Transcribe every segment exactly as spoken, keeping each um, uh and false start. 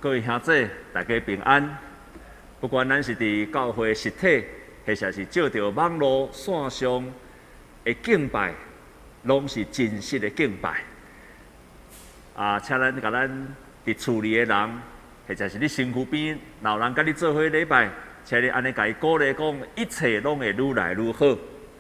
各位兄弟，大家平安。不管咱是伫教会实体，或者是照着网络线上的敬拜，拢是真实的敬拜。啊，请咱甲咱伫厝里的人，或者是你身躯边老人甲你做伙礼拜，请你安尼甲伊鼓励讲，一切拢会愈来愈好。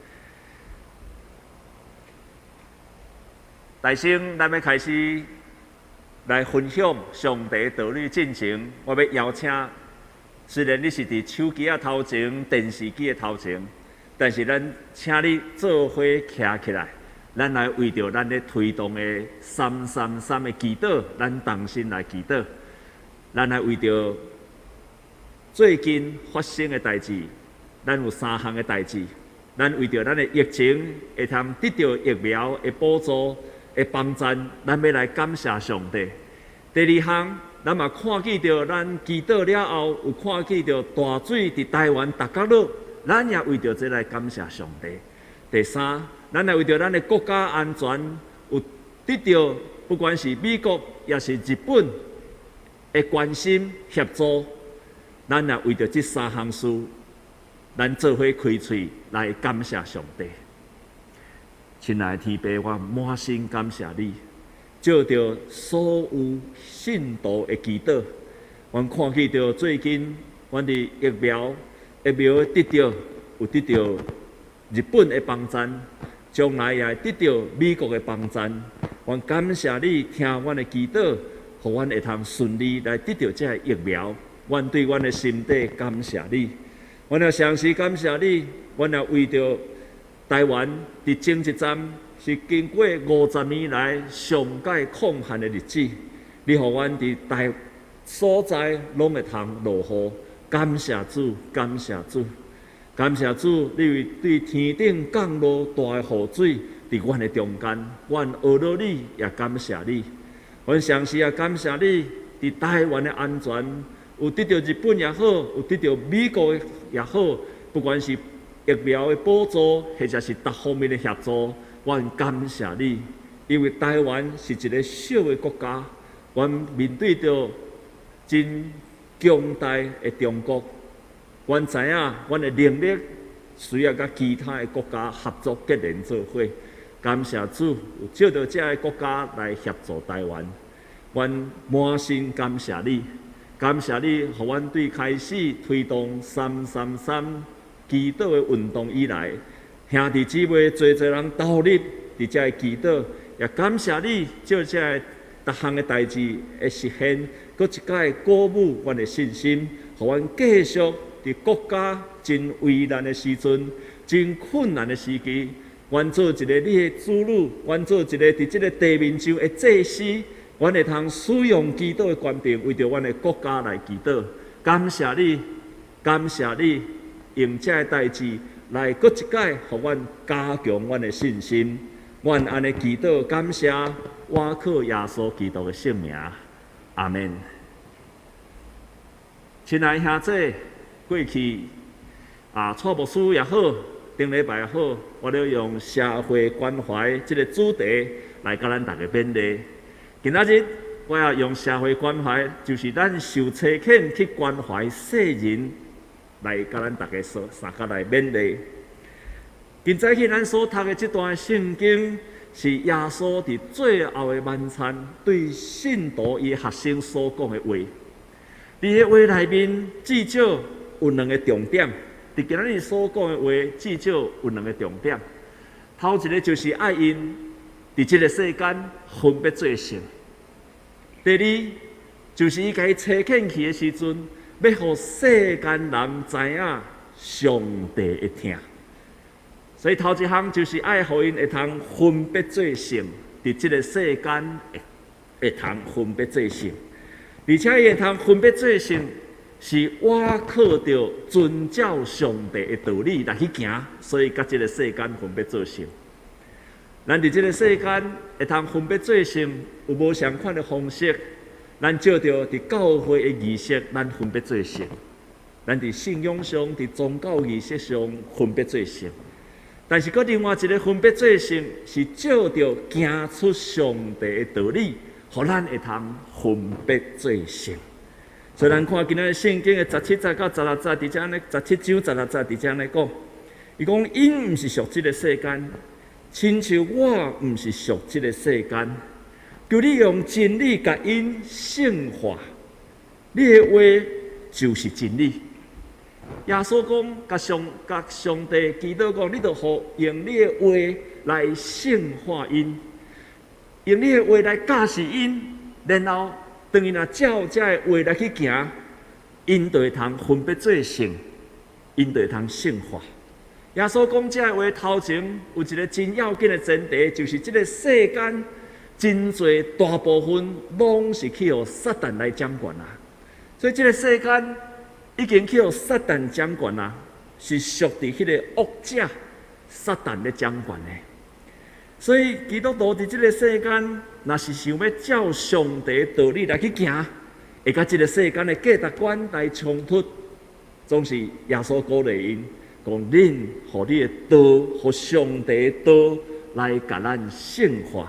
大声，咱要开始。来分享上帝道理进程，我要邀请。虽然你是伫手机啊头前、电视机的头前，但是咱请你做伙徛起来，咱来为着咱咧推动的三三三的祈祷，咱同心来祈祷。咱来为着最近发生的代志，咱有三项的代志，咱为着咱的疫情会通得到疫苗的补助。的帮赞，咱要来感谢上帝。第二项，咱嘛看见着咱祈祷了后，有看见着大水伫台湾逐角落，咱也为着这来感谢上帝。第三，咱也为着咱的国家安全有得到，不管是美国也是日本的关心协助，咱也为着这三项事，咱做伙开喙来感谢上帝。亲爱的天父，我满心感谢你，照着所有信徒的祈祷，我看见到最近，阮的疫苗疫苗得到有得到日本的帮赞，将来也得到美国的帮赞。我感谢你听阮的祈祷，互阮会通顺利来得到这疫苗。阮对阮的心底感谢你，阮也诚实感谢你，阮也为着。台湾伫前一站是经过五十年来上界抗旱的日子，你互阮伫台所在拢会通落雨，感谢主，感谢主，感谢主！你为对天顶降落大的雨水伫阮的中间，阮学到你也感谢你，阮诚实也感谢你伫台湾的安全，有得到日本也好，有得到美国也好，不管是。疫苗的补助，或者是各方面的协助，我感谢你，因为台湾是一个小的国家，我面对着真强大的中国，我知影我的能力需要甲其他的国家合作结连做伙。感谢主，有照着这个国家来协助台湾，我满心感谢你，感谢你，互阮对开始推动三三三。祈祷的运动以来，兄弟姊妹侪侪人投入伫遮个祈祷，也感谢你，照遮个逐项的代志的实现，搁一摆鼓舞阮的信心，互阮继续伫国家真危难的时阵、真困难的时期，阮做一个你的子女，阮做一个伫即个地面上的祭司，阮会通使用祈祷的权柄，为着阮的国家来祈祷。感谢你，感谢你。用这个代志来，搁一摆，互阮加强阮的信心。阮安尼祈祷，感谢，我靠耶稣基督的圣名，阿门。亲爱兄弟，过去啊，蔡牧师也好，顶礼拜也好，我都用社会关怀这个主题来甲咱大家勉励。今仔日我要用社会关怀，就是咱受车欠去关怀世人。来，甲咱大家说，三甲来勉励。今早起咱所读的这段圣经，是耶稣伫最后的晚餐对信徒伊学生所讲的话。伫个话内面，至少有两个重点。伫今仔日所讲的话，至少有两个重点。头一个就是爱因伫这个世间分别做成。第二，就是伊甲伊车欠去的时阵。要互世间人知影上帝的疼，所以头一项就是爱互因会通分别做成，伫即个世间会会通分别做成，而且伊会通分别做成，是我靠着遵照上帝的道理来去行，所以甲即个世间分别做成。咱伫即个世间会通分别做成，有无相款的方式？咱照着伫教会的仪式，咱分别做成；咱伫信仰上、伫宗教仪式上分别做成。但是，搁另外一个分别做成，是照着行出上帝的道理，互咱会通分别做成。 所以咱看今仔日圣经的十七节到十六节，伫遮呢十七章十六节伫遮呢讲，伊讲因毋是属即个世间，亲像我毋是属即个世间，求你用真理甲因圣化，你的话就是真理。耶稣讲，甲上甲上帝祈祷讲，你着互用你的话来圣化因，用你的话来教示因，然后当伊若照这的话来去行，因就会通分别做圣，因就会通圣化。耶稣讲这的话头前有一个真要紧的前提，就是这个世间真侪大部分拢是去互撒旦来掌管啊，所以这个世间已经去互撒旦掌管啊，是属伫迄个恶者撒旦咧掌管的。所以基督徒伫即个世间，若是想要照上帝道理来去行，会甲即个世间的价值观来冲突，总是耶稣鼓励因讲：恁互你的道，互上帝的道来甲咱圣化。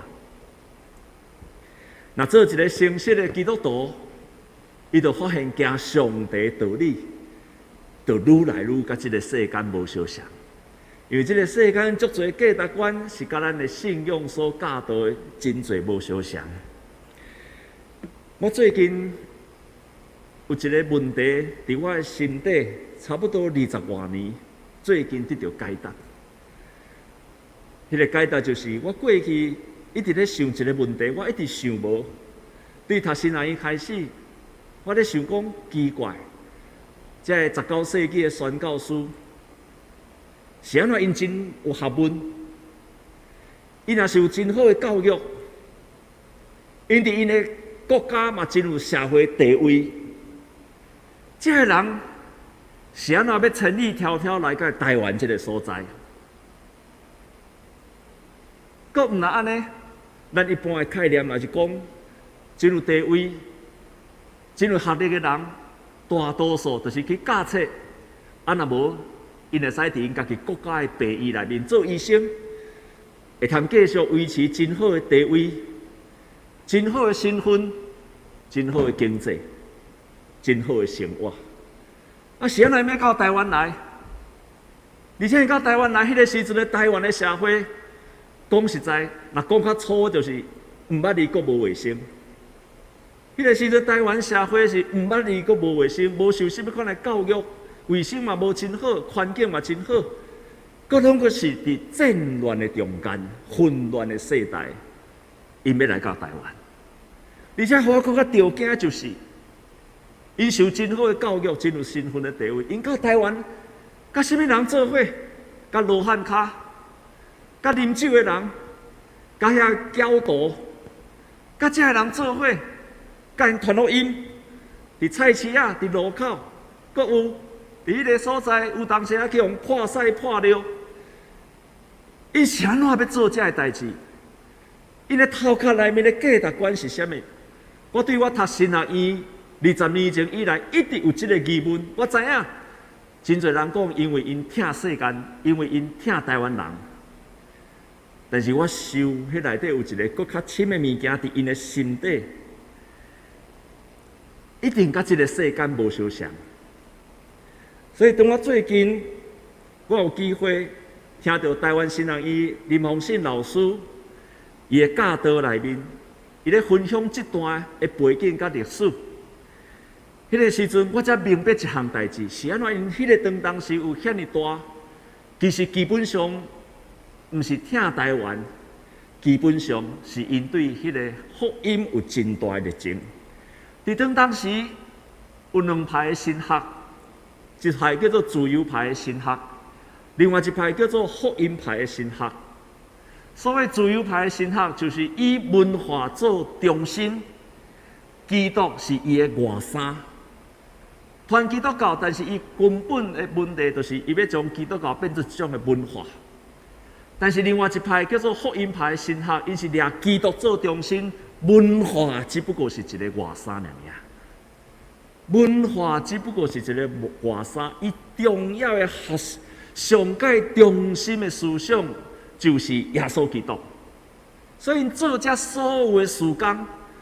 若做一个诚实的基督徒，伊就发现行上帝道理，就愈来愈甲即个世间无相像。因为即个世间足侪价值观是甲咱的信仰所教导的真侪无相像。我最近有一个问题伫我的心底，差不多二十多年，最近得到解答。迄、那个解答就是，我过去一直咧想一个问题，我一直想无。对读新学院开始，我咧想讲奇怪，这十九世纪的宣教师。是安怎因真有学问？因若是有真好的教育，因伫因的国家嘛真有社会地位。这个人是安怎要千里迢迢来到台湾这个所在？阁毋若安尼，咱一般的概念也是讲，真有地位、真有学历的人，大多数就是去教册，啊若无。因会使伫因家己国家的病院内面做医生，会通继续维持真好的地位、真好的身份、真好的经济、真好的生活。啊，是安怎要到台湾来？而且到台湾来，迄、那个时阵的台湾的社会，讲实在，若讲较粗，就是毋捌字，阁无卫生。迄、那个时阵台湾社会是毋捌字，阁无卫生，无受什么款的教育。卫生嘛无真好，环境嘛真好，佮拢个是伫战乱的中间、混乱的世代，因要来到台湾。而且互我更较条件就是，因受真好的教育，真有身份的地位。因到台湾，甲什么人做伙？甲罗汉脚，甲啉酒的人，甲遐教徒，甲这人做伙，甲因传录音，伫菜市仔、伫路口，佮有。伫迄个所在，有当时啊去用破屎破尿，因是安怎要做这个代志？因的头壳内面的价值观是啥物？我对我读神学院二十年前以来，一直有这个疑问。我知影，真侪人讲，因为因疼世间，因为因疼台湾人。但是我想，迄内底有一个更较深的物件伫因的心底，一定甲这个世间无相像。所以，当我最近我有机会听到台湾新学院林鸿信老师伊的教导内面，伊咧分享这段的背景甲历史。迄个时阵，我才明白一项代志，是安怎因迄个当当时有遐尼大，其实基本上毋是疼台湾，基本上是因对迄个福音有真大的热情。伫当当时有两派的神学。一派叫做自由派的神学，另外一派叫做福音派的神学。所谓自由派的神学，就是以文化做中心，基督是伊的外衫。传基督教，但是伊根本的问题就是伊要将基督教变成一种的文化。但是另外一派叫做福音派的神学，因是掠基督做中心，文化只不过是一个外衫而已。文化只不过是一个外衫，伊重要的核上界中心的思想就是耶稣基督。所以做这所有的事工，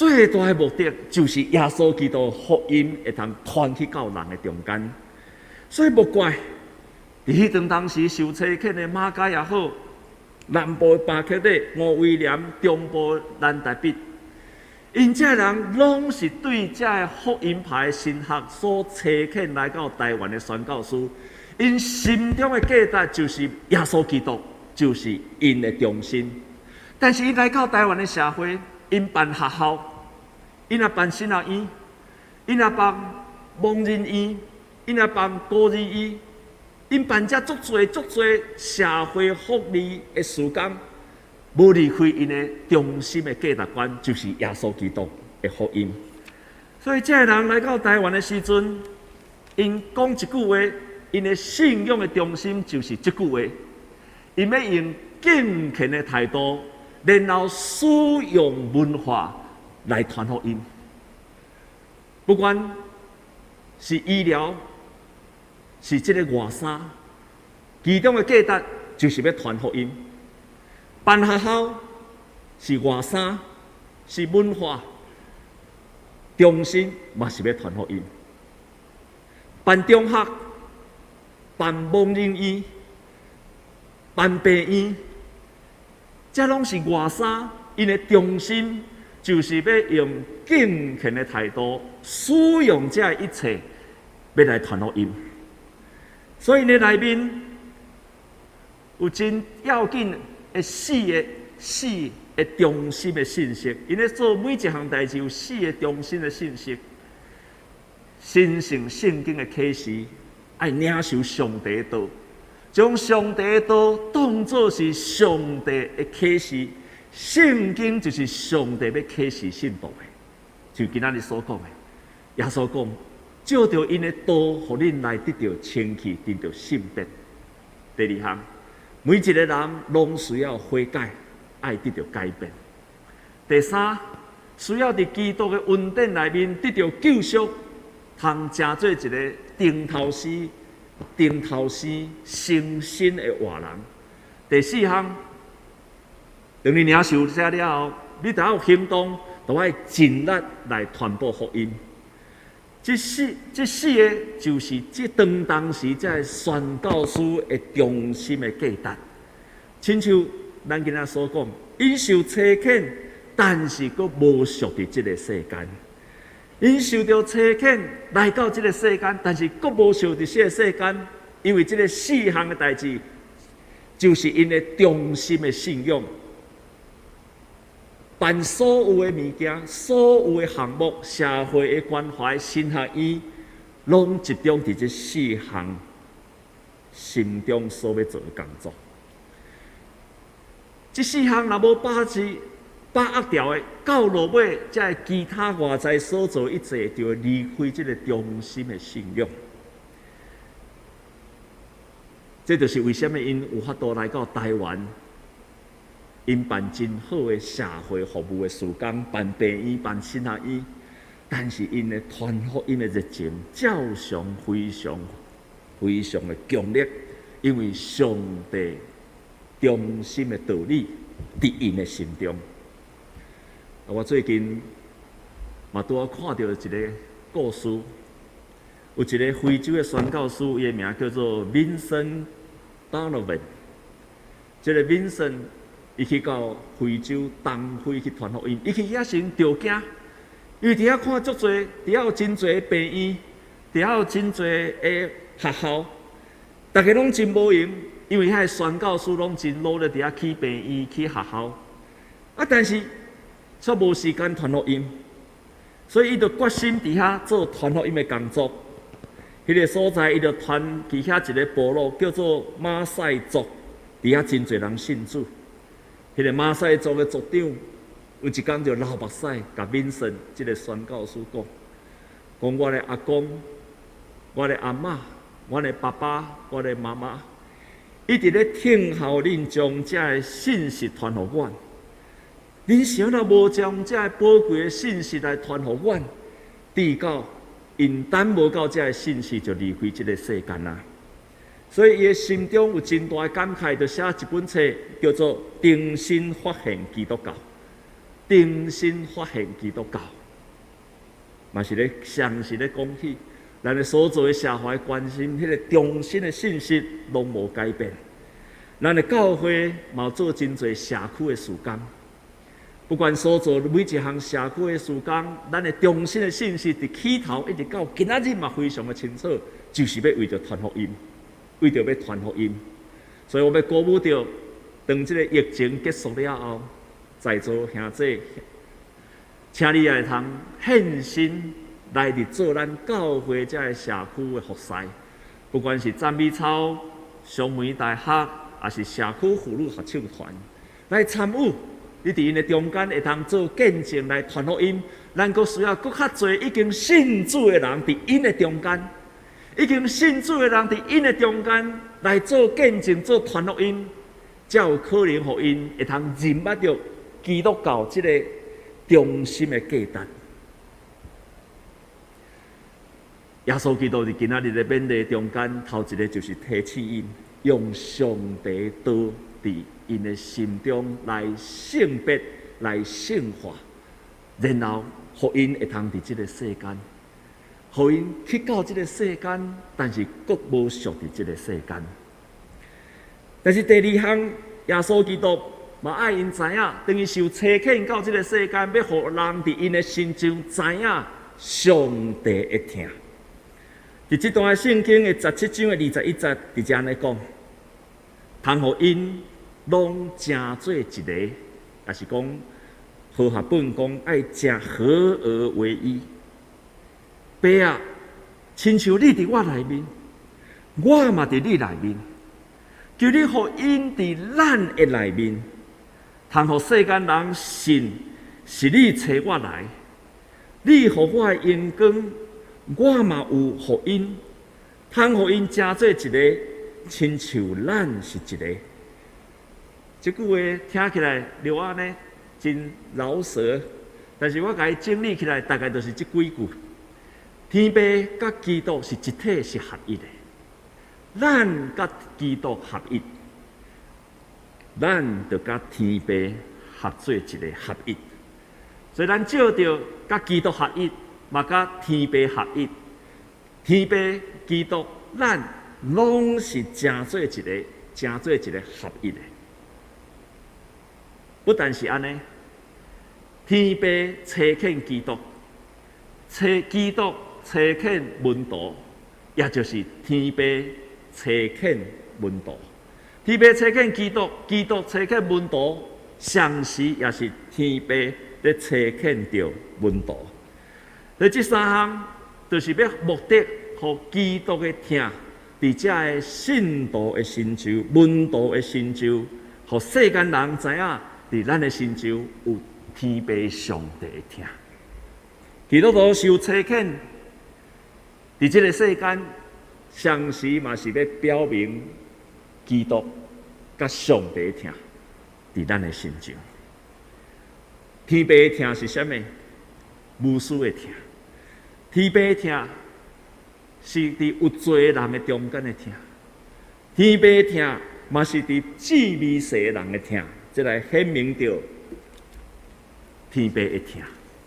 最大的目的就是耶稣基督福音会通传去到人的中间。所以莫怪，伫迄阵当时受车肯的马加也好，南部巴克的吴威廉，中部兰大必，因这人拢是对这个福音派神学所车肯来到台湾的宣教师，因心中的价值就是耶稣基督，就是因的中心。但是因来到台湾的社会，因办学校，因也办神学院，因也办盲人院，因也办孤儿院，因办遮足多足多社会福利的事工，无离开因的中心的价值观，就是耶稣基督的福音。所以，这个人来到台湾的时阵，因讲一句话，因的信仰的中心就是这句话，因要用敬虔的态度，然后使用文化来传福音。不管是医疗，是这个外衫，其中的价值就是要传福音。办学校是外衫，是文化，中心嘛是要传福音。办中学、办盲人院、办病院，这拢是外衫，因的中心就是要用敬虔的态度，使用这一切，要来传福音。所以呢，内面有真要紧的四个四个中心的信息，因咧做每一项代志有四个中心的信息。神圣圣经的启示，爱领受上帝的道，将上帝的道当作是上帝的启示。圣经就是上帝要启示信徒的，就今仔日所讲的。耶稣讲，照着因的道，互恁来得到清气，得到性德。第二项，每一个人拢需要悔改，爱得到改变。第三，需要伫基督的恩典内面得到救赎，通成做一个顶头师、顶头师诚心的活人。第四项，当你领受这了后，你就要有行动，就要尽力来传播福音。这四这四个就是这当当时这宣教师的中心的价值。亲像咱今仔所讲，因受车遣，但是佫无属伫这个世间；因受到车遣来到这个世间，但是佫无属伫这个世间，因为这个四项的代志，就是因的中心的信仰。办所有的物件、所有的项目、社会的关怀、神学院，拢集中伫这四项心中所要做的工作。这四项若无把持、把握掉的，到落尾，才其他外在所做一切，就会离开这个中心的信仰。这就是为什么因有法度来到台湾。因办真好的社会服务的事工，办病院、办神学院，但是因的传福音的热情，照常非常非常的强烈，因为上帝中心的道理伫因的心中。我最近嘛拄好看到一个故事，有一个非洲的宣教师，伊的名叫做 Vincent Donovan。这个 Vincent。伊去到非洲东非去传福音，伊去遐时着惊，因为伫遐看足多，伫遐有真侪病院，伫遐有真侪个学校，大家拢真无用，因为遐宣教师拢真努力伫遐去病院、去学校，啊，但是却无时间传福音，所以伊就决心伫遐做传福音的工作。迄、那个所在，伊就传去遐一个部落叫做马赛族，伫遐真侪人信主。迄个马赛族的族长有一天就流目屎，甲Vincent即个宣教师讲：讲我的阿公、我的阿嬷、我的爸爸、我的妈妈，一直咧听候恁将这个信息传互阮。恁想若无将这个宝贵的信息来传互阮，直到因等无到这个信息就离开这个世间啦。所以，伊的心中有真大的感慨，就写一本册，叫做《重新发现基督教》。 重新发现基督教，嘛是咧详细咧讲起，咱的所做的社会关心，迄个中心的信息拢无改变。咱的教会嘛做真侪社区的事工，不管所做每一项社区的事工，咱的中心的信息伫起头一直到今仔日嘛非常的清楚，就是要为着传福音，为着要传福音。所以我要鼓舞着，当这个疫情结束了后，在座兄弟，请你也会通献身来伫做咱教会这个社区的服侍，不管是赞美操、双梅大学，还是社区妇女合唱团，来参与。你伫因的中间会通做见证来传福音，咱阁需要阁较侪已经信主的人伫因的中间，已经信主的人伫因的中间来做见证、做传福音，才有可能互因会通认捌着基督教这个中心的价值。耶稣基督伫今仔日的勉励中间，头一个就是提起因，用上帝道伫因的心中来圣别、来圣化，然后互因会通伫这个世间，互因去到这个世间，但是阁无属伫这个世间。但是第二项，耶稣基督嘛爱因知影，等于受差遣到这个世间，要互人伫因的心中知影上帝的疼。伫这段圣经的十七章的二十一节，伫这安尼讲，通互因拢成做一个，也是讲和合本讲爱正合而为一。爸啊，亲像你伫我内面，我嘛伫你内面，求你互因伫咱的内面，通互世间人信是你找我来，你互我的阳光，我嘛有互因，通互因成做一个，亲像咱是一个。这句话听起来了安呢，真老舌，但是我甲伊整理起来，大概就是这几句：天父甲基督是一体，是合一的；咱甲基督合一，咱就甲天父合做一个合一。所以咱照着甲基督合一，嘛甲天父合一。天父、基督，咱拢是成做一个，成做一个合一的。不但是安尼，天父差遣基督，差基督差遣门徒，也就是天父差遣门徒。天父差遣基督，基督差遣门徒，相时也是天父咧差遣着门徒。所以这三项，就是要目的，互基督的听，伫遮的信徒的心中、门徒的心中，互世间人知影。伫咱的心中有天父上帝的听，基督徒受差遣，伫这个世间，相时嘛是要表明基督甲上帝的听，伫咱的心中。天父的听是啥物？无私的听。天父的听是伫有罪人的中间的听。天父的听嘛是伫至微细人的听。这来显明着天父的听，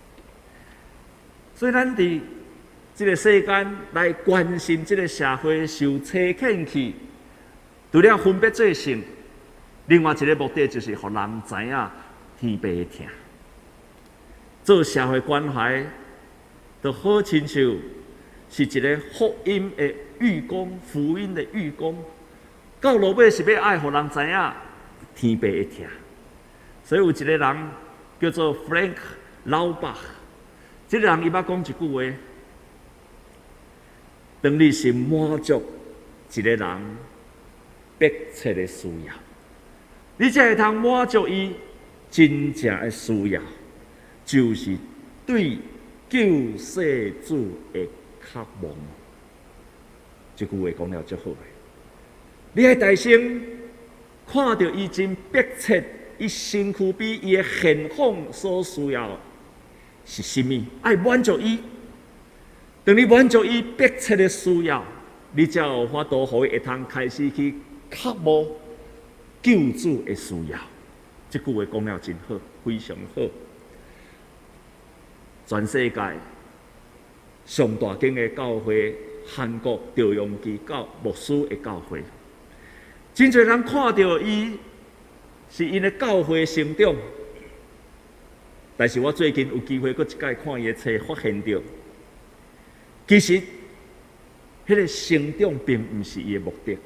所以咱伫这个世间来关心这个社会受差遣去，除了分别罪性，另外一个目的就是互人知影天父的听。做社会关怀，就好亲像是一个福音的预工，福音的预工，到落尾是要爱互人知影。天父的听，所以有一个人叫做 Frank Laubach， 这个人伊捌讲一句话：当你是满足一个人迫切的需要，你才会通满足伊真正的需要，就是对救世主的渴望。这句话讲了最好的，你爱大声。看到伊真迫切，伊身躯比伊的现况所需要是甚物？爱满足伊。当你满足伊迫切的需要，你才有法度，互伊会通开始去渴慕救主的需要。这句话讲了真好，非常好。 全世界上大间的教会——韩国朝阳基教牧师的教会，真侪人看到伊是因的教会成长。但是我最近有机会，搁一届看伊的册，发现到，其实，迄个成长并毋是伊的目的。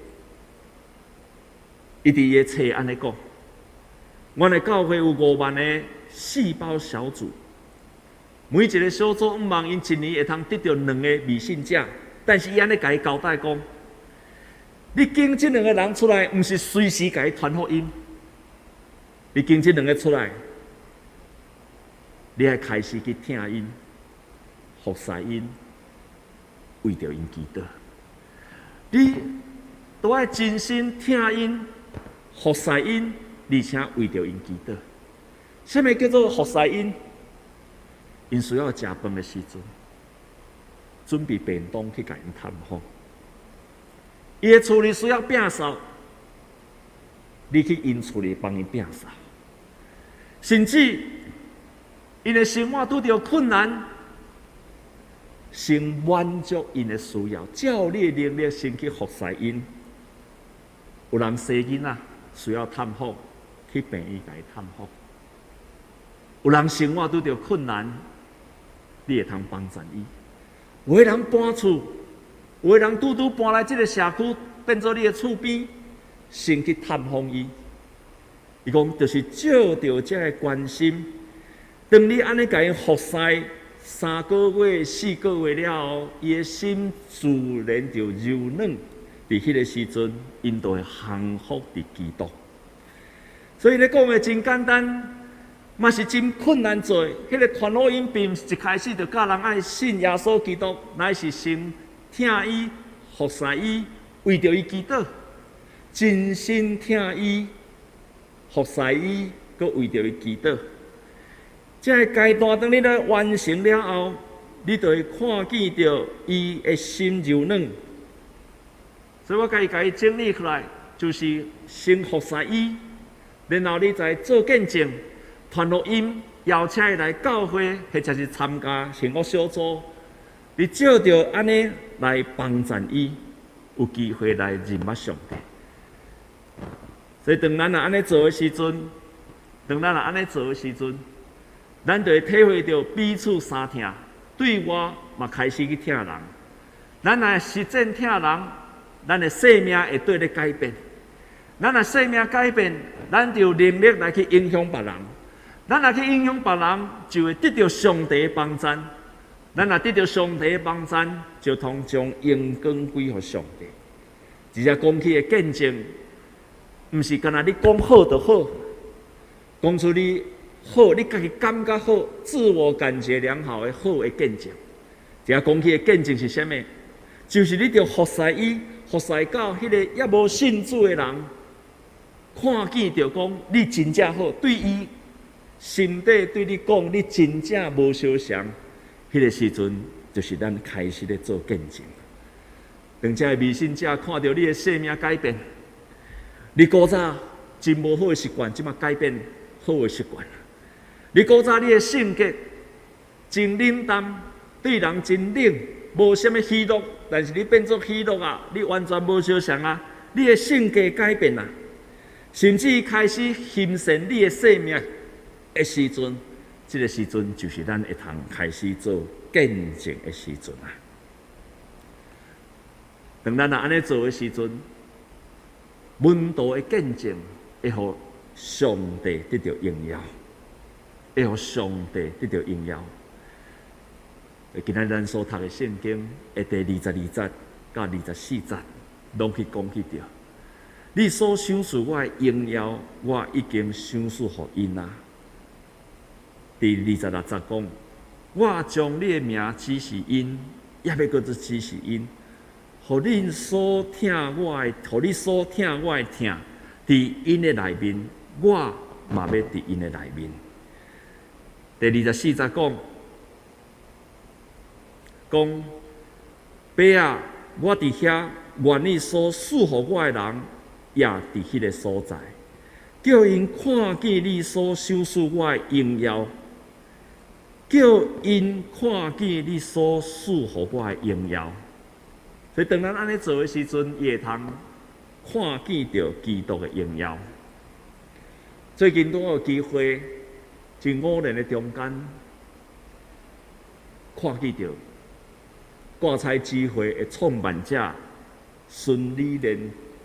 伊伫伊的册安尼讲，阮的教会有五万个细胞小组，每一个小组毋望因一年会通得到两个微信者，但是伊安尼甲伊交代讲，你拣即两个人出来，毋是随时甲伊传福音，你拣即两个出来。你爱开始去听因、服侍因，为着因祈祷。你都爱真心听因、服侍因，而且为着因祈祷。什么叫做服侍因？因需要食饭的时阵，准备便当去甲因探访。伊的厝里需要摒扫，你去因厝里帮因摒扫，甚至。因的生活拄着困难，先满足因的需要，照你的能力先去服侍因。有人生囡仔需要探访，去病院甲伊探访；有人生活拄着困难，你会通帮助伊。有个人搬厝，有个人拄拄搬来这个社区，变做你的厝边，先去探访伊。伊讲，就是照着这个关心。当你安尼甲因服侍三个月、四个月了后，伊的心自然就柔软。伫迄个时阵，因就会降服伫基督。所以你讲的真简单，嘛是真困难做。迄、那个传福音并毋是一开始就教人爱信耶稣基督，乃是先听伊、服侍伊，为着伊祈祷，真心听伊、服侍伊，佮为着伊祈祷。这个阶段，当你来完成了后，你就会看见到伊的心柔软。所以我甲伊甲伊整理起来，就是先服侍伊，然后你再做见证，传福音，邀请伊来教会，或者是参加幸福小组。你照着安尼来帮助伊，有机会来认识上帝。所以当咱若安尼做的时阵，当咱若安尼做的时阵，咱就会体会到彼此相听，对我嘛开始去听人。咱若实践听人，咱的生命会对咧改变。咱若生命改变，咱就有能力来去影响别人。咱若去影响别人，就会得到上帝的帮助。咱若得到上帝的帮助，就通将荣光归予上帝。而且讲起的见证，毋是干那你讲好就好，讲出你。好，你家己感觉好，自我感觉良好的好的见证。只要讲起的见证是啥物？就是你着服侍伊，服侍到迄个也无信主的人，看见着讲你真正好，对伊心底对你讲你真正无相像，迄个时阵就是咱开始咧做见证。等这微信者看到你的生命改变，你古早真无好的习惯，即马改变好的习惯。你古早你的性格真冷淡，对人真冷，无啥物喜乐，但是你变作喜乐啊，你完全无相像啊，你的性格改变啊，甚至开始欣赏你的生命的时阵，这个时阵就是咱会通开始做见证的时阵啊。当咱若安尼做的时阵，门徒的见证会互上帝得到荣耀。会互上帝得到荣耀。今仔咱所读的圣经，的第二十二节到二十四节，拢去讲起着。你所赏赐我的荣耀，我已经赏赐互因啊。第二十六节讲，我将你的名指示因，也要搁再指示因，互恁所听我的，互你所听我的听，伫因的内面，我嘛要伫因的内面。第二十四节讲，讲，爸啊，我伫遐，愿你所赐予我的人，也伫迄个所在，叫因看见你所赏赐我的荣耀， 叫因看见你所赐予我的荣耀。所以当咱安尼做的时阵，伊会通看见到基督的荣耀。最近拄有机会，在五年的中间，看见到挂彩机会的创办者孙理莲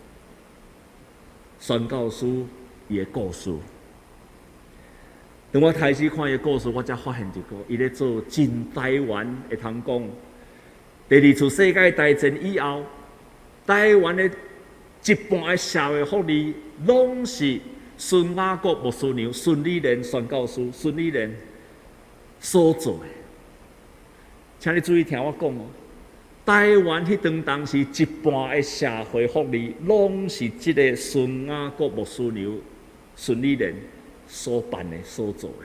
宣教师伊的故事。当我开始看伊的故事，我才发现一个，伊咧做真台湾会通讲。第二次世界大战以后，台湾的一半的社会福利，拢是孙雅各牧师娘、孙理莲宣教师、孙理莲所做的。请你注意听我讲哦，台湾迄当当时一半的社会福利，拢是即个孙雅各牧师娘、孙理莲所办的、所做的。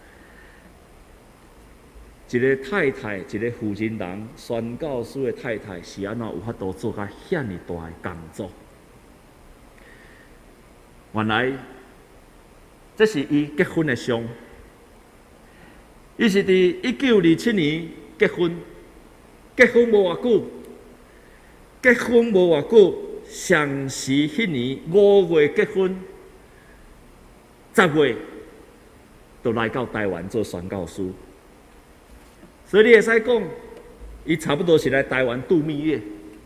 一个太太，一个负责人，宣教师的太太是安怎有法度做甲遐尼大的工作？原来这是伊结婚的相。伊是伫一九二七年结婚，结婚无偌久，结婚无偌久，上时迄年五月结婚，十月就来到台湾做宣教师。所以你会使讲，伊差不多是来台湾度蜜月。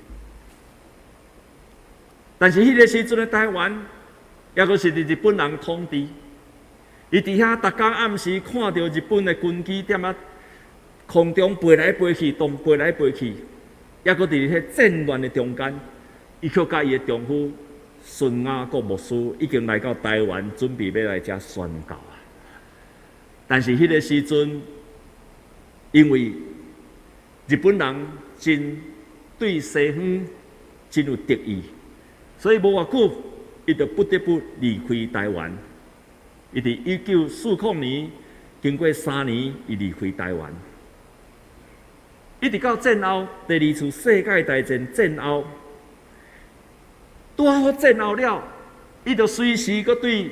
但是迄个时阵的台湾，抑阁是日本人统治。伊伫遐逐工暗时看到日本的军机踮啊空中飞来飞去，动飞来飞去，抑阁伫迄战乱的中间，伊却甲伊的丈夫孙雅各牧师已经来到台湾，准备要来遮宣教啊。但是迄个时阵，因为日本人真对西方真有敌意，所以无偌久，伊就不得不离开台湾。伊伫一九四零年，经过三年，伊离开台湾。一直到战后，第二次世界大战战后，拄好战后了，伊就随时佫对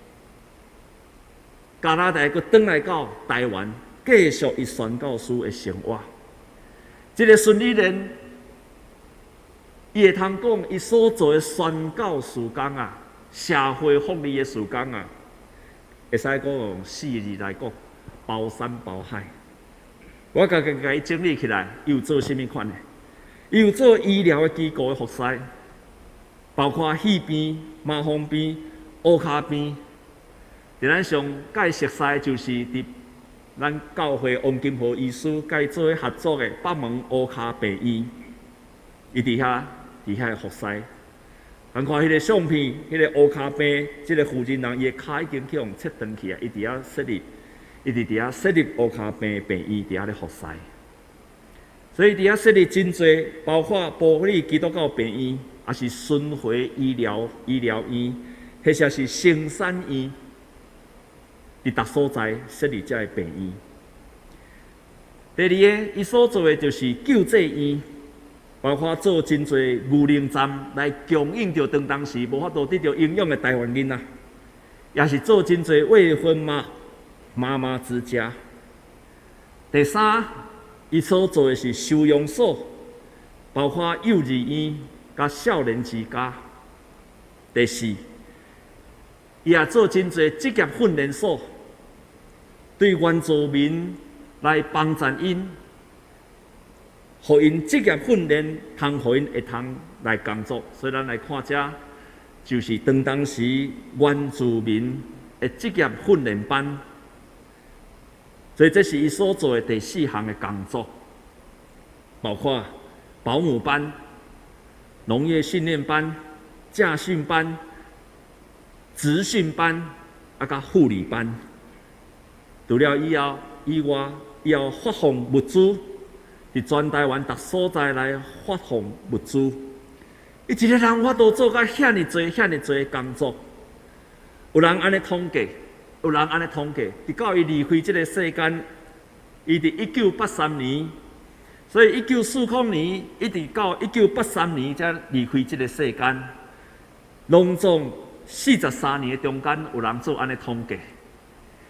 加拿大佫转来到台湾。继续伊宣教师的生活。这个孙理莲，伊会通讲，伊所做的宣教事工啊，社会福利的事工啊，会使讲用四个字来讲，包山包海。我甲甲甲伊整理起来，伊有做甚物款的？伊有做医疗的机构的服侍，包括肺病、麻风病、乌骹病。伫咱上介熟悉就是伫。咱教会王金河医师甲伊做合作的北门乌骹病院，伊伫遐伫遐服侍。咱看迄个相片，迄、那个乌骹病，即、这个负责人伊的骹已经去用切断去啊，伊伫遐设立，伊伫伫遐设立乌骹病病院，伫遐咧服侍。所以伫遐设立真侪，包括部里基督教病院，也是顺回医疗医疗院，迄些是生产院。伫逐所在设立遮个病院。第二个，伊所做的就是救济院，包括做真侪牛奶站来供应着当当时无法度得到营养的台湾囡仔，也是做真侪未婚妈妈妈之家。第三，伊所做的是收容所，包括幼儿园甲少年之家。第四，伊也做真侪职业训练所。对原住民来帮助因，互因职业训练，通互因会通来工作。所以咱来看遮，就是当当时原住民的职业训练班。所以这是伊所做的第四项的工作，包括保姆班、农业训练班、驾训班、职训班，啊，甲护理班。除了以后，以外，伊要发放物资，伫全台湾逐所在来发放物资。伊一个人法度做甲遐尼侪、遐尼侪工作。有人安尼统计，有人安尼统计，直到伊离开即个世间，伊伫一九八三年，所以一九四零年一直到一九八三年才离开即个世间。拢总四十三年的中间，有人做安尼统计。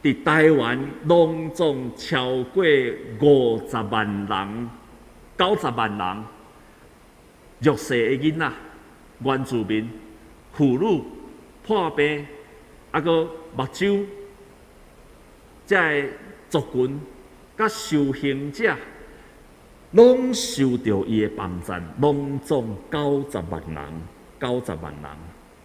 伫台湾拢总超过五十万人、九十万人弱势的囡仔、原住民、妇女、破病，啊个目睭，这个族群甲受刑者，拢受到伊的帮赞，拢总九十万人、九十万人，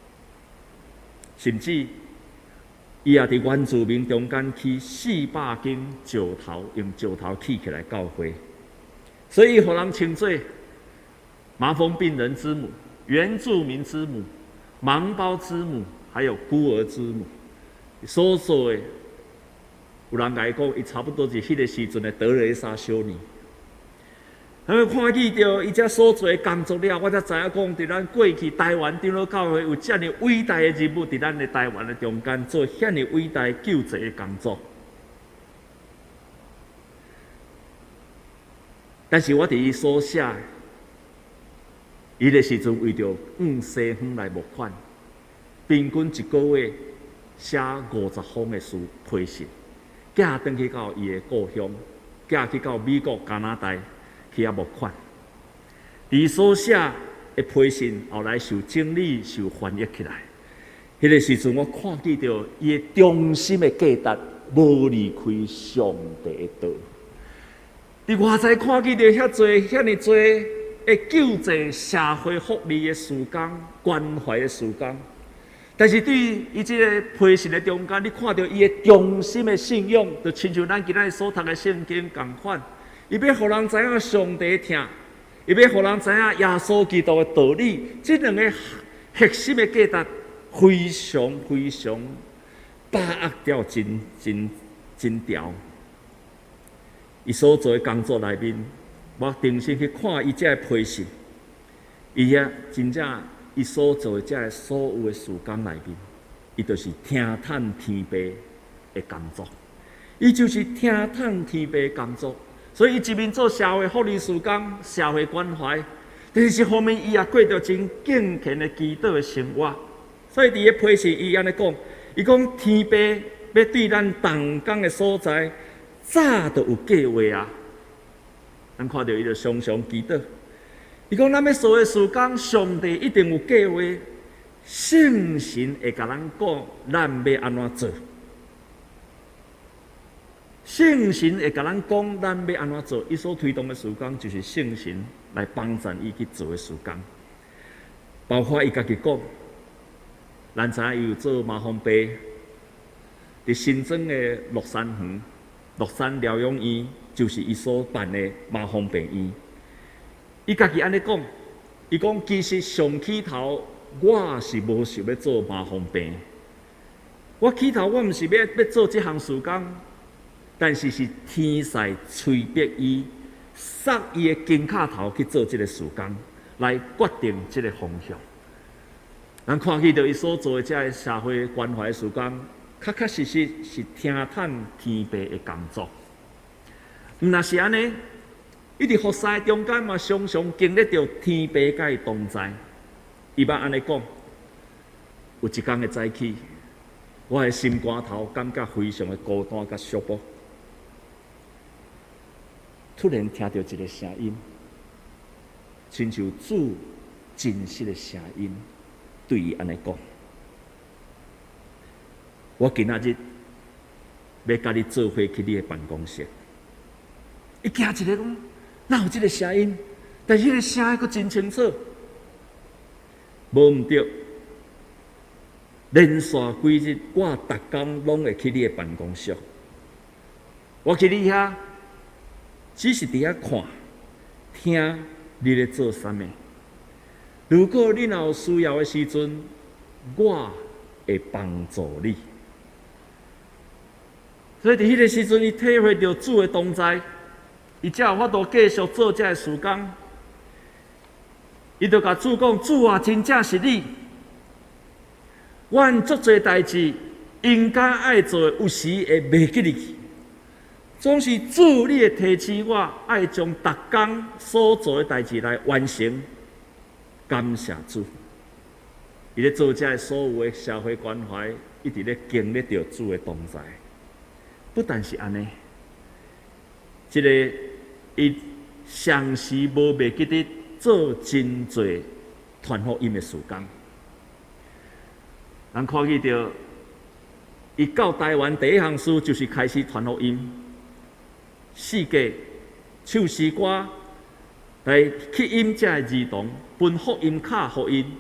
甚至。伊也伫原住民中间起四百间石头，用石头起起来教会，所以互人称作麻风病人之母、原住民之母、盲胞之母，还有孤儿之母。所做的，有人甲伊讲，伊差不多是迄个时阵的德蕾莎修女。我看见到伊遮所做的工作了，我才知影讲，伫咱过去台湾长老教会有遮尔伟大的人物，伫咱的台湾的中间做遐尔伟大的救济的工作。但是我伫伊所写，伊个时阵为着往西方来募款，平均一个月写五十封的书批信，寄转去到伊的故乡，寄去到美国、加拿大。去遐募款，伊所写的批信后来受整理、受翻译起来。迄个时阵，我看见到伊的忠心的价值，无离开上帝的道。伫外在看见到遐侪、遐尼侪的救济社会福利的事工、关怀的事工，但是对于伊即个批信的中间，你看到伊的忠心的信仰，就亲像咱今仔日所读的圣经共款。伊要互人知影上帝听，伊要互人知影耶稣基督的道理，这两个核心的价值非常非常把握掉真真真条。伊所做的工作内面，我定心去看伊遮批信，伊遐真正伊所做的遮所有的事工内面，伊就是听探天父的工作，伊就是听探天父的工作。所以，伊一面做社会福利事工、社会关怀，但是一方面，伊也过着真敬虔的祈祷的生活。所以，伫咧批示伊安尼讲，伊讲天父要对咱动工的所在，早就有计划啊。咱看到伊就常常祈祷，伊讲咱要做的事工，上帝一定有计划，圣神会甲咱讲，咱要安怎做。圣神会甲咱讲，咱要安怎做？伊所推动的事工，就是圣神来帮助伊去做的事工。包括伊家己讲，咱知影伊有做麻风病，伫新庄的乐山园、乐山疗养院，就是伊所办的麻风病院。伊家己安尼讲，伊讲其实上起头，我是无想要做麻风病。我起头我毋是要要做这项事工。但是是天使催逼伊，塞伊的肩胛头去做这个事工，来决定这个方向。咱看见到伊所做的这个社会关怀事工，确确实实是听探天父的工作。毋若是安尼，伊伫服侍中间嘛，常常经历着天父甲伊同在。伊捌安尼讲，有一天的早起，我的心肝头感觉非常的孤单甲寂寞。突然听到一个声音，亲像主真实的声音，对伊安尼讲：“我今仔日要甲你做伙去你的办公室。”伊惊一个讲：“哪有这个声音？”但是迄个声音阁真清楚，无毋对。连续几日，我逐工拢会去你的办公室。我去你遐。只是伫遐看、听你咧做啥物。如果你若有需要的时阵，我会帮助你。所以伫迄个时阵，伊体会到主的同在，伊才有法度继续做这个事工。伊就甲主讲：“主啊，真正是你。阮足侪代志应该爱做，有时会袂记入去。总是主，你会提醒我，爱将逐工所做的代志来完成。感谢主，伊咧做这所有的社会关怀，一直咧经历着主的同在。 不但是安尼，一个伊常时无袂记得做真侪传福音的事工。咱看见着，伊到台湾第一项事就是开始传福音，四界唱诗歌来去引这儿童，分福音卡互因。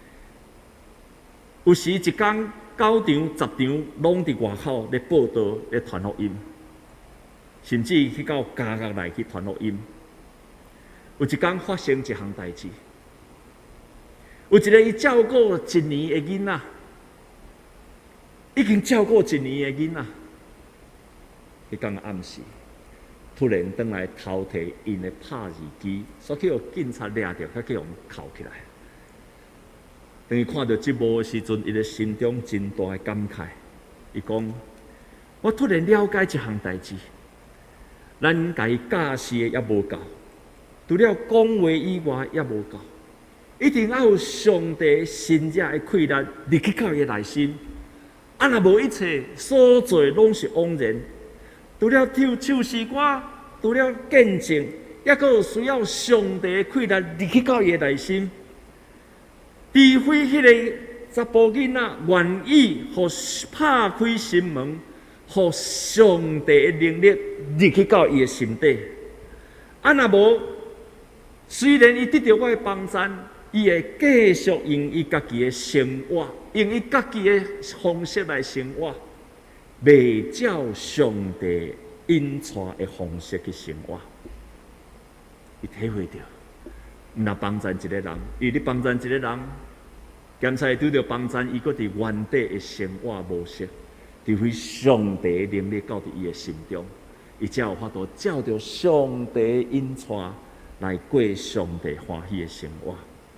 有时一天九场、十场，拢伫外口咧报道、咧传福音，甚至去到家家来去传福音。有一天发生一项代志，有一个伊照顾一年的囡仔，已经照顾一年的囡仔，迄天暗时，突然转来偷摕因的拍字机，所以叫警察抓着，才叫人铐起来。当伊看到这幕的时阵，伊的心中真大的感慨。伊讲：“我突然了解一项代志，咱家己教示的也无够，除了讲话以外也无够，一定要有上帝新者的气力入去到伊的内心。啊，若无一切所做拢是枉然。除了唱唱诗歌，除了见证，也阁需要上帝的气力入去到伊的内心。”除非迄个查甫囡仔愿意互拍开心门，互上帝的能力入去到伊的心底。啊，若无，虽然伊得到我的帮助，伊会继续用伊家己的生活，用伊家己的方式来生活，袂照上帝引带的方式去生活。伊体会到。毋若帮助一个人，伊咧帮助一个人，兼且拄着帮助，伊搁伫原地的生活模式，除非上帝的能力到伫伊的心中，伊才有法度照着上帝引带来过上帝欢喜的生活。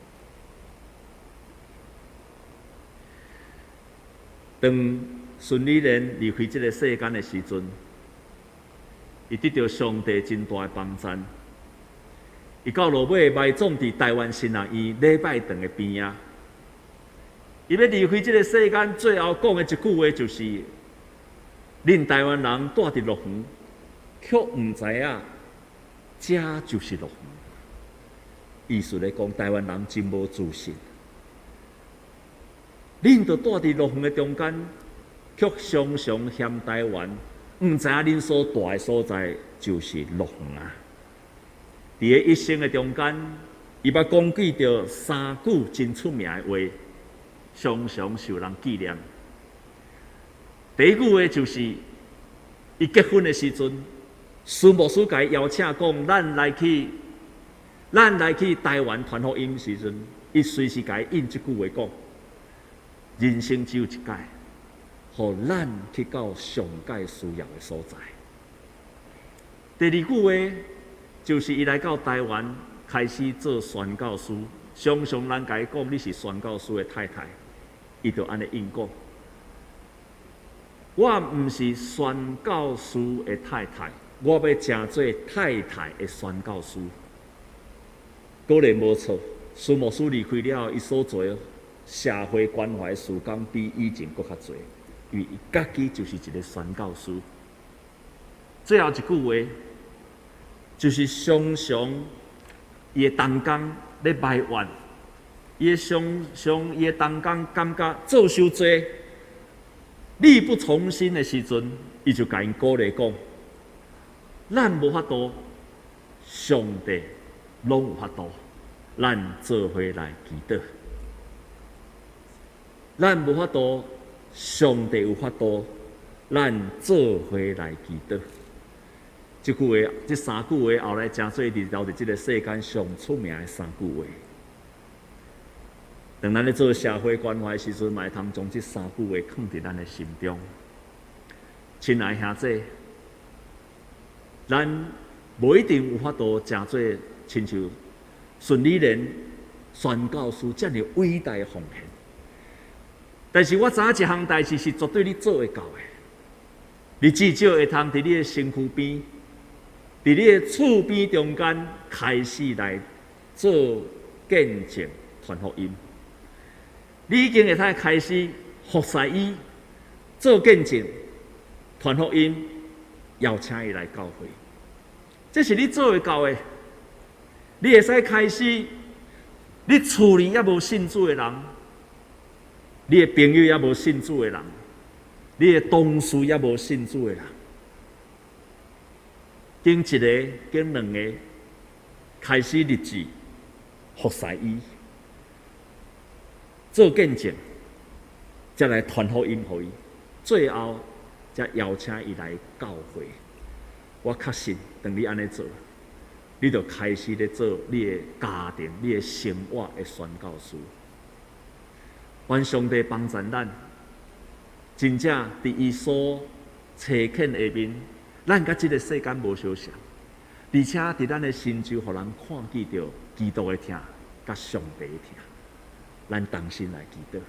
当孙理人离开这个世间的时阵，伊得到上帝真大的帮助。伊到落尾埋葬伫台湾新人医礼拜堂的边仔。伊要离开这个世间，最后讲的一句话就是：恁台湾人住伫乐园，却毋知影，这就是乐园。意思来讲，台湾人真无自信。恁就住伫乐园的中间，却常常嫌台湾，毋知影恁所住的所在就是乐园啊！伫个一生的中间，伊捌讲记着三句真出名的话，常常受人纪念。第一句话就是，伊结婚的时阵，师牧师甲伊邀请讲，咱来去，咱来去台湾传福音时阵，伊随时甲伊应即句话讲：人生只有一届，互咱去到上界需要的所在。第二句话。就是伊来到台湾，开始做宣教师。常常人甲伊讲，你是宣教师的太太，伊就安尼应讲：我毋是宣教师的太太，我要成做太太的宣教师。果然无错，苏牧师离开了，伊所做的社会关怀事工比以前搁较侪，因为伊家己就是一个宣教师。最后一句话。就是常常伊的同工咧埋怨，伊的常常伊的同工感觉做伤济，力不从心的时阵，伊就甲因鼓励讲：咱无法度，上帝拢有法度，咱做伙来祈祷。咱无法度，上帝有法度，咱做伙来祈祷。这句话，这三句话后来真做伫留伫这个世间上出名的三句话。当咱咧做社会关怀时阵，嘛会通将这三句话放伫咱的心中。亲爱兄弟，咱无一定有法度真做亲像孙理人宣教师这样伟大的奉献，但是我知影一项代志是绝对你做会到的。你至少会通伫你的身躯边。伫你的厝边中间开始来做见证、传福音，你已经会使开始服侍伊做见证、传福音， 邀请伊来教会。这是你做会到的。你会使开始，你厝里也无信主的人，你的朋友也无信主的人，你的同事也无信主的人，经一个、经两个开始立志服侍伊，做见证，才来传福音给伊，最后才邀请伊来教会。我确信，当你安尼做，你就开始咧做你的家庭、你的生活的宣教师。愿上帝帮助咱，真正伫伊所找见下面，咱甲即个世间无相像，而且伫咱的心中，互人看见到基督的疼，甲上帝的疼。咱同心来祈祷。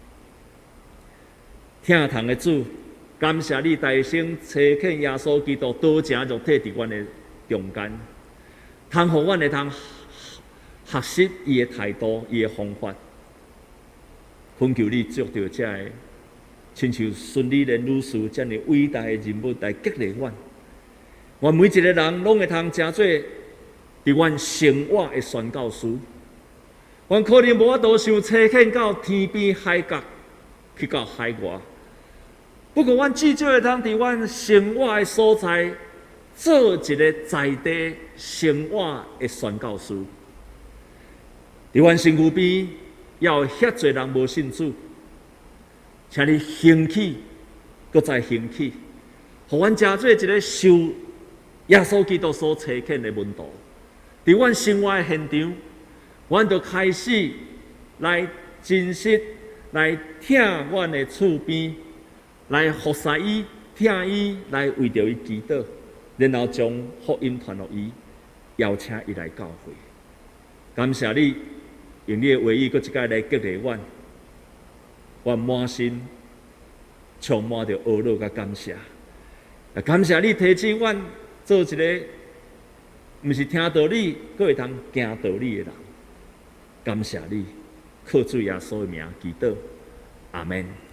疼痛的主，感谢你大声找见耶稣基督道成肉体伫阮的中间，通互阮会通学习伊的态度、伊的方法。恳求你藉着这个，亲像孙理莲女士这样伟大的人物来激励阮。我每一个人拢会通成做伫阮生活的宣教师。阮可能无法度想车牵到天边海角，去到海外。不过，阮至少会通伫阮生活的所在，做一个在地生活的宣教师。伫阮身躯边，也有遐侪人无信主，请你兴起，搁再兴起，互阮成做一个受耶稣基督所差遣的门徒。伫阮生活的现场，阮就开始来珍惜，来听阮的厝边，来服侍伊，听伊，来为着伊祈祷，然后将福音传落伊，邀请伊来教会。感谢你，用你的话语，搁一摆来激励阮，阮满心充满着懊恼甲感谢。也感谢你提醒阮做一个，毋是听道理，搁会通行道理的人。感谢你，靠主耶稣的名祈祷，阿门。